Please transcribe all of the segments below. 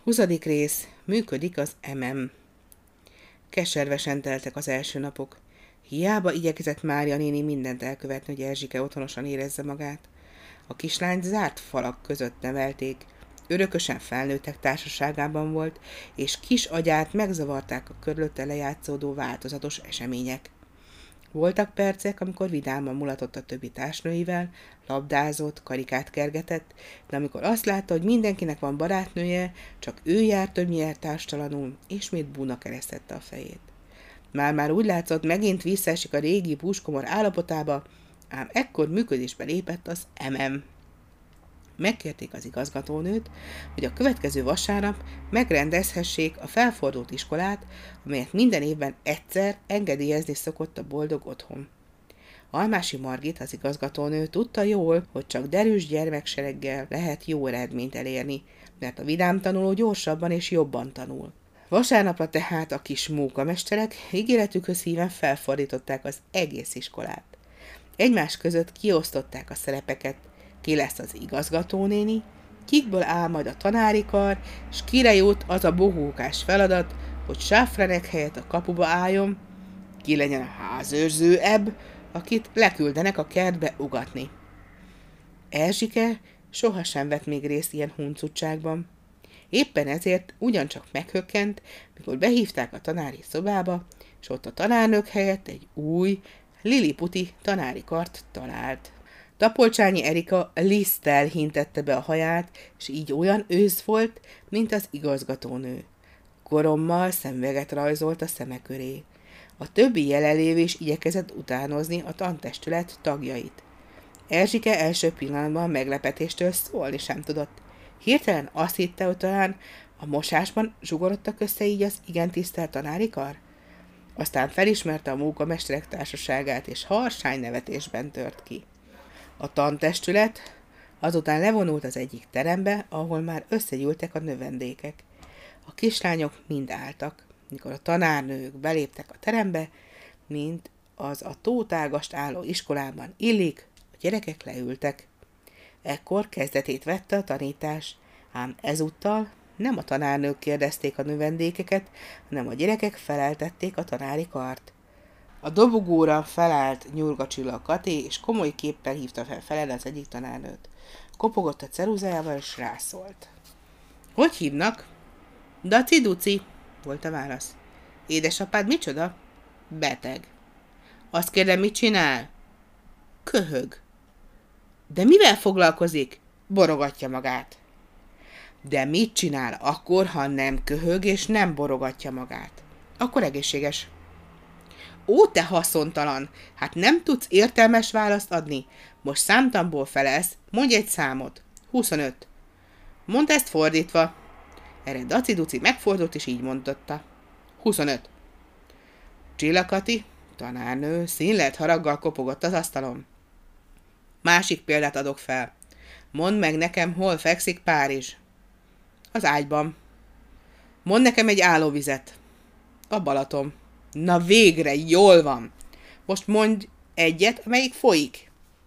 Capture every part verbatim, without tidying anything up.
huszadik rész. Működik az em em. Keservesen teltek az első napok. Hiába igyekezett Mária néni mindent elkövetni, hogy Erzsike otthonosan érezze magát. A kislányt zárt falak között nevelték, örökösen felnőttek társaságában volt, és kis agyát megzavarták a körülötte lejátszódó változatos események. Voltak percek, amikor vidáman mulatott a többi társnőivel, labdázott, karikát kergetett, de amikor azt látta, hogy mindenkinek van barátnője, csak ő jár többnyire társtalanul, ismét búnak eresztette a fejét. Már-már úgy látszott, megint visszaesik a régi búskomor állapotába, ám ekkor működésbe lépett az em em. Megkérték az igazgatónőt, hogy a következő vasárnap megrendezhessék a felfordult iskolát, amelyet minden évben egyszer engedélyezni szokott a Boldog Otthon. Almási Margit, az igazgatónő tudta jól, hogy csak derűs gyermeksereggel lehet jó eredményt elérni, mert a vidám tanuló gyorsabban és jobban tanul. Vasárnapra tehát a kis mókamesterek ígéretükhöz híven felfordították az egész iskolát. Egymás között kiosztották a szerepeket, ki lesz az igazgatónéni, kikből áll majd a tanári kar, s kire jut az a bohókás feladat, hogy sáfrenek helyett a kapuba álljon, ki legyen a házőrző ebb, akit leküldenek a kertbe ugatni. Erzsike sohasem vett még részt ilyen huncutságban. Éppen ezért ugyancsak meghökkent, mikor behívták a tanári szobába, és ott a tanárnök helyett egy új, liliputi tanári kart talált. Tapolcsányi Erika liszttel hintette be a haját, és így olyan ősz volt, mint az igazgatónő. Korommal szemüveget rajzolt a szeme köré. A többi jelenlévő is igyekezett utánozni a tantestület tagjait. Erzsike első pillanatban meglepetéstől szólni sem tudott. Hirtelen azt hitte, hogy talán a mosásban zsugorodtak össze így az igen tisztelt tanári kar. Aztán felismerte a mókamesterek társaságát, és harsány nevetésben tört ki. A tantestület azután levonult az egyik terembe, ahol már összegyűltek a növendékek. A kislányok mind álltak, mikor a tanárnők beléptek a terembe, mint az a tótágast álló iskolában illik, a gyerekek leültek. Ekkor kezdetét vette a tanítás, ám ezúttal nem a tanárnők kérdezték a növendékeket, hanem a gyerekek feleltették a tanári kart. A dobogóra felállt Nyurga Csilla Kati, és komoly képpel hívta fel felel az egyik tanárnőt. Kopogott a ceruzájával, és rászólt. Hogy hívnak? Daci Duci, volt a válasz. Édesapád micsoda? Beteg. Azt kérdem, mit csinál? Köhög. De mivel foglalkozik? Borogatja magát. De mit csinál akkor, ha nem köhög és nem borogatja magát? Akkor egészséges. Ó, te haszontalan! Hát nem tudsz értelmes választ adni. Most számtamból felelsz, mondj egy számot. huszonöt. Mondd ezt fordítva. Erre Daci Duci megfordult, és így mondotta. huszonöt. Csilla Kati, tanárnő, színlelt haraggal kopogott az asztalon. Másik példát adok fel. Mondd meg nekem, hol fekszik Párizs. Az ágyban. Mondd nekem egy állóvizet. A Balaton. Na végre, jól van. Most mondj egyet, amelyik folyik.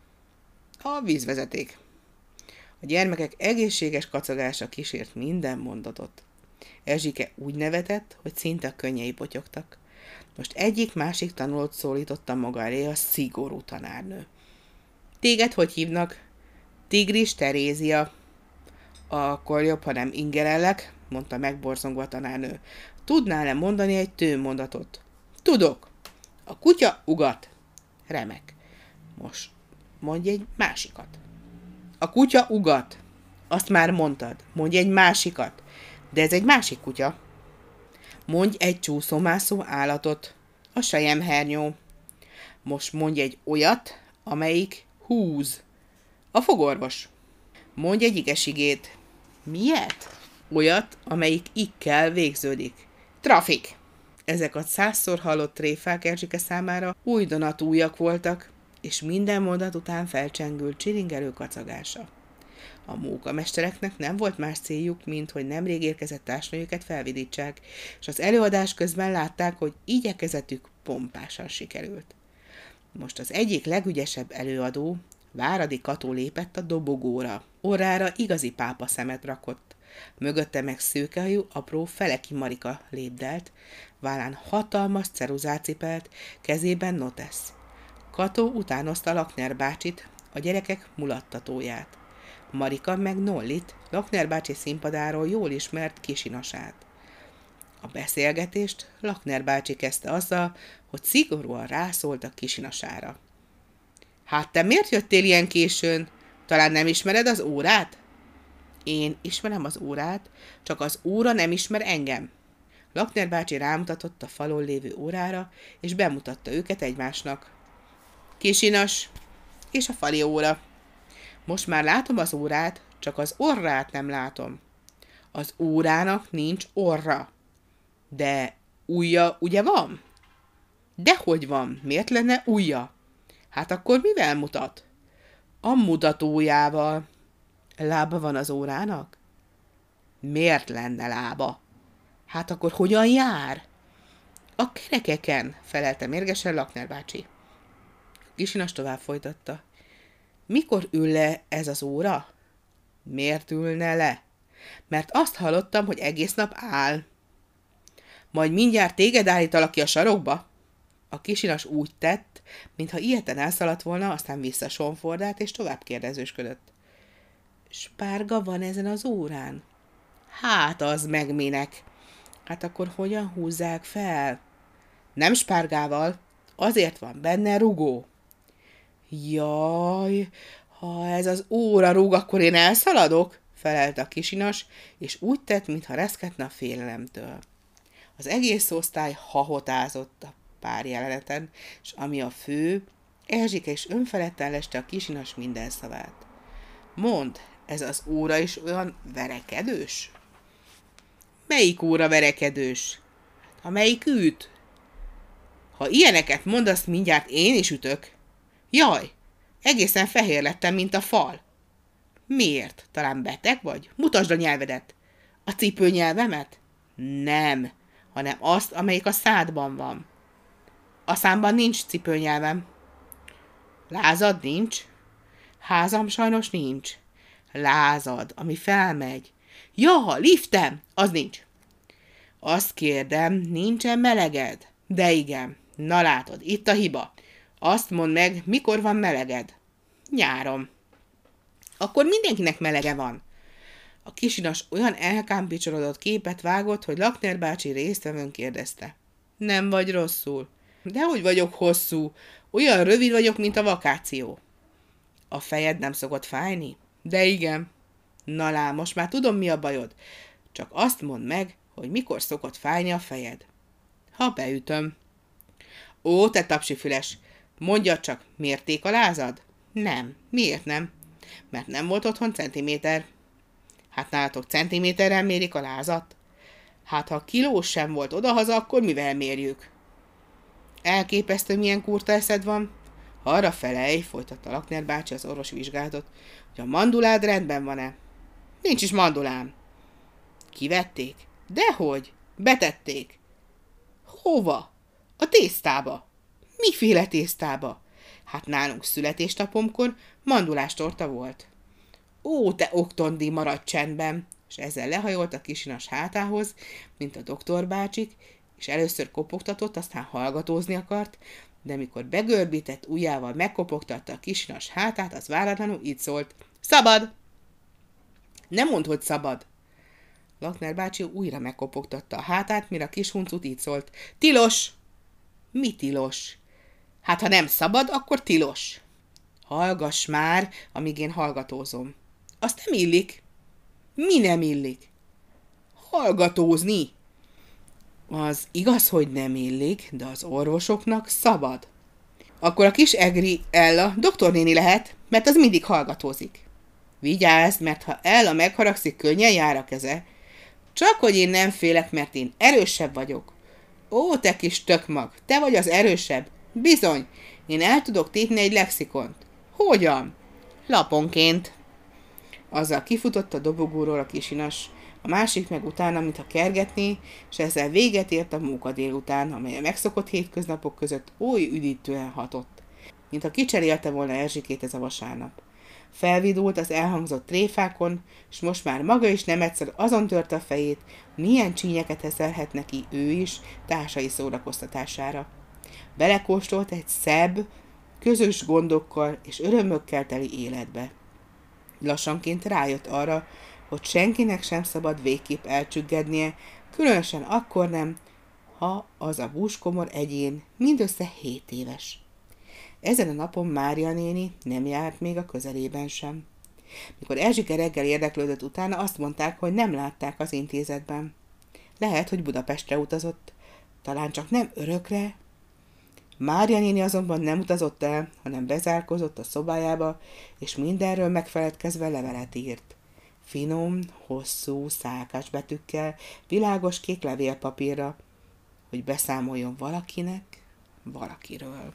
A vízvezeték. A gyermekek egészséges kacagása kísért minden mondatot. Erzsike úgy nevetett, hogy szinte a könnyei potyogtak. Most egyik-másik tanulót szólította maga elé a szigorú tanárnő. Téged hogy hívnak? Tigris Terézia. Akkor jobb, ha nem ingerellek, mondta megborzongva a tanárnő. Tudnál-e mondani egy tőmondatot? Tudok. A kutya ugat. Remek. Most mondj egy másikat. A kutya ugat. Azt már mondtad. Mondj egy másikat. De ez egy másik kutya. Mondj egy csúszómászó állatot. A selyemhernyó. Most mondj egy olyat, amelyik húz. A fogorvos. Mondj egy igesigét. Miért? Olyat, amelyik ikkel végződik. Trafik. Ezek a százszor hallott tréfák Erzsike számára újdonatújak voltak, és minden mondat után felcsengült csilingelő kacagása. A mókamestereknek nem volt más céljuk, mint hogy nemrég érkezett társnőjüket felvidítsák, és az előadás közben látták, hogy igyekezetük pompásan sikerült. Most az egyik legügyesebb előadó, Váradi Kató lépett a dobogóra. Orrára igazi pápa szemet rakott. Mögötte meg szőkehajú, apró Feleki Marika lépdelt, vállán hatalmas ceruzát cipelt, kezében notesz. Kató utánozta Lakner bácsit, a gyerekek mulattatóját. Marika meg Nollit, Lakner bácsi színpadáról jól ismert kisinasát. A beszélgetést Lakner bácsi kezdte azzal, hogy szigorúan rászólt a kisinasára. Hát te miért jöttél ilyen későn? Talán nem ismered az órát? Én ismerem az órát, csak az óra nem ismer engem. Lakner bácsi rámutatott a falon lévő órára, és bemutatta őket egymásnak. Kisinas és a fali óra. Most már látom az órát, csak az orrát nem látom. Az órának nincs orra. De ujja ugye van? Dehogy van, miért lenne ujja? Hát akkor mivel mutat? A mutatójával. Lába van az órának? Miért lenne lába? Hát akkor hogyan jár? A kerekeken, felelte mérgesen Lakner bácsi. Kisinas tovább folytatta. Mikor ül le ez az óra? Miért ülne le? Mert azt hallottam, hogy egész nap áll. Majd mindjárt téged állítalak ki a sarokba? A kisinas úgy tett, mintha ilyeten elszaladt volna, aztán visszasonfordált, és tovább kérdezősködött. Spárga van ezen az órán? Hát az meg minek? Hát akkor hogyan húzzák fel? Nem spárgával, azért van benne rugó. Jaj, ha ez az óra rúg, akkor én elszaladok, felelte a kisinas, és úgy tett, mintha reszketne a félelemtől. Az egész osztály hahotázott a pár jeleneten, és ami a fő, Erzsike is önfeledten leste a kisinas minden szavát. Mondd, ez az óra is olyan verekedős? Melyik óra verekedős? Amelyik üt? Ha ilyeneket mondasz, mindjárt én is ütök. Jaj, egészen fehér lettem, mint a fal. Miért? Talán beteg vagy? Mutasd a nyelvedet. A cipőnyelvemet? Nem, hanem azt, amelyik a szádban van. A számban nincs cipőnyelvem. Lázad nincs? Házam sajnos nincs. Lázad, ami felmegy. Ja, liftem, az nincs. Azt kérdem, nincsen meleged? De igen. Na látod, itt a hiba. Azt mondd meg, mikor van meleged? Nyáron. Akkor mindenkinek melege van. A kisinas olyan elkámpicsolódott képet vágott, hogy Lakner bácsi résztvevőn kérdezte. Nem vagy rosszul? Dehogy vagyok hosszú. Olyan rövid vagyok, mint a vakáció. A fejed nem szokott fájni? De igen. Na lá, most már tudom, mi a bajod. Csak azt mondd meg, hogy mikor szokott fájni a fejed. Ha beütöm. Ó, te tapsifüles, mondjad csak, mérték a lázad? Nem. Miért nem? Mert nem volt otthon centiméter. Hát nálatok centiméterrel mérik a lázat? Hát ha kilós sem volt odahaza, akkor mivel mérjük? Elképesztő, milyen kurta eszed van. Arra felej, folytatta Lakner bácsi az orvos vizsgálatot, hogy a mandulád rendben van-e. Nincs is mandulám. Kivették? Dehogy? Betették. Hova? A tésztába. Miféle tésztába? Hát nálunk születésnapomkor mandulás torta volt. Ó, te oktondi, maradj csendben! És ezzel lehajolt a kisinas hátához, mint a doktor bácsik, és először kopogtatott, aztán hallgatózni akart, de mikor begörbített ujjával megkopogtatta a kisinas hátát, az váratlanul így szólt. Szabad! Nem mondd, hogy szabad! Lakner bácsi újra megkopogtatta a hátát, mire a kis huncut így szólt. Tilos! Mi tilos? Hát, ha nem szabad, akkor tilos. Hallgass már, amíg én hallgatózom. Azt nem illik. Mi nem illik? Hallgatózni. Az igaz, hogy nem illik, de az orvosoknak szabad. Akkor a kis egri Ella doktornéni lehet, mert az mindig hallgatózik. Vigyázz, mert ha Ella megharagszik, könnyen jár a keze. Csak hogy én nem félek, mert én erősebb vagyok. Ó, te kis tökmag, te vagy az erősebb. Bizony, én el tudok tépni egy lexikont. Hogyan? Laponként. Azzal kifutott a dobogóról a kisinas, a másik meg utána, mintha kergetné, és ezzel véget ért a móka délután, amely a megszokott hétköznapok között oly üdítően hatott, mintha kicserélte volna Erzsikét ez a vasárnap. Felvidult az elhangzott tréfákon, és most már maga is nem egyszer azon tört a fejét, milyen csínyeket eszelhet neki ő is társai szórakoztatására. Belekóstolt egy szebb, közös gondokkal és örömökkel teli életbe. Lassanként rájött arra, hogy senkinek sem szabad végképp elcsüggednie, különösen akkor nem, ha az a búskomor egyén mindössze hét éves. Ezen a napon Mária néni nem járt még a közelében sem. Mikor Erzsike reggel érdeklődött utána, azt mondták, hogy nem látták az intézetben. Lehet, hogy Budapestre utazott, talán csak nem örökre. Mária néni azonban nem utazott el, hanem bezárkozott a szobájába, és mindenről megfeledkezve levelet írt. Finom, hosszú, szálkás betűkkel, világos kék levélpapírra, hogy beszámoljon valakinek valakiről.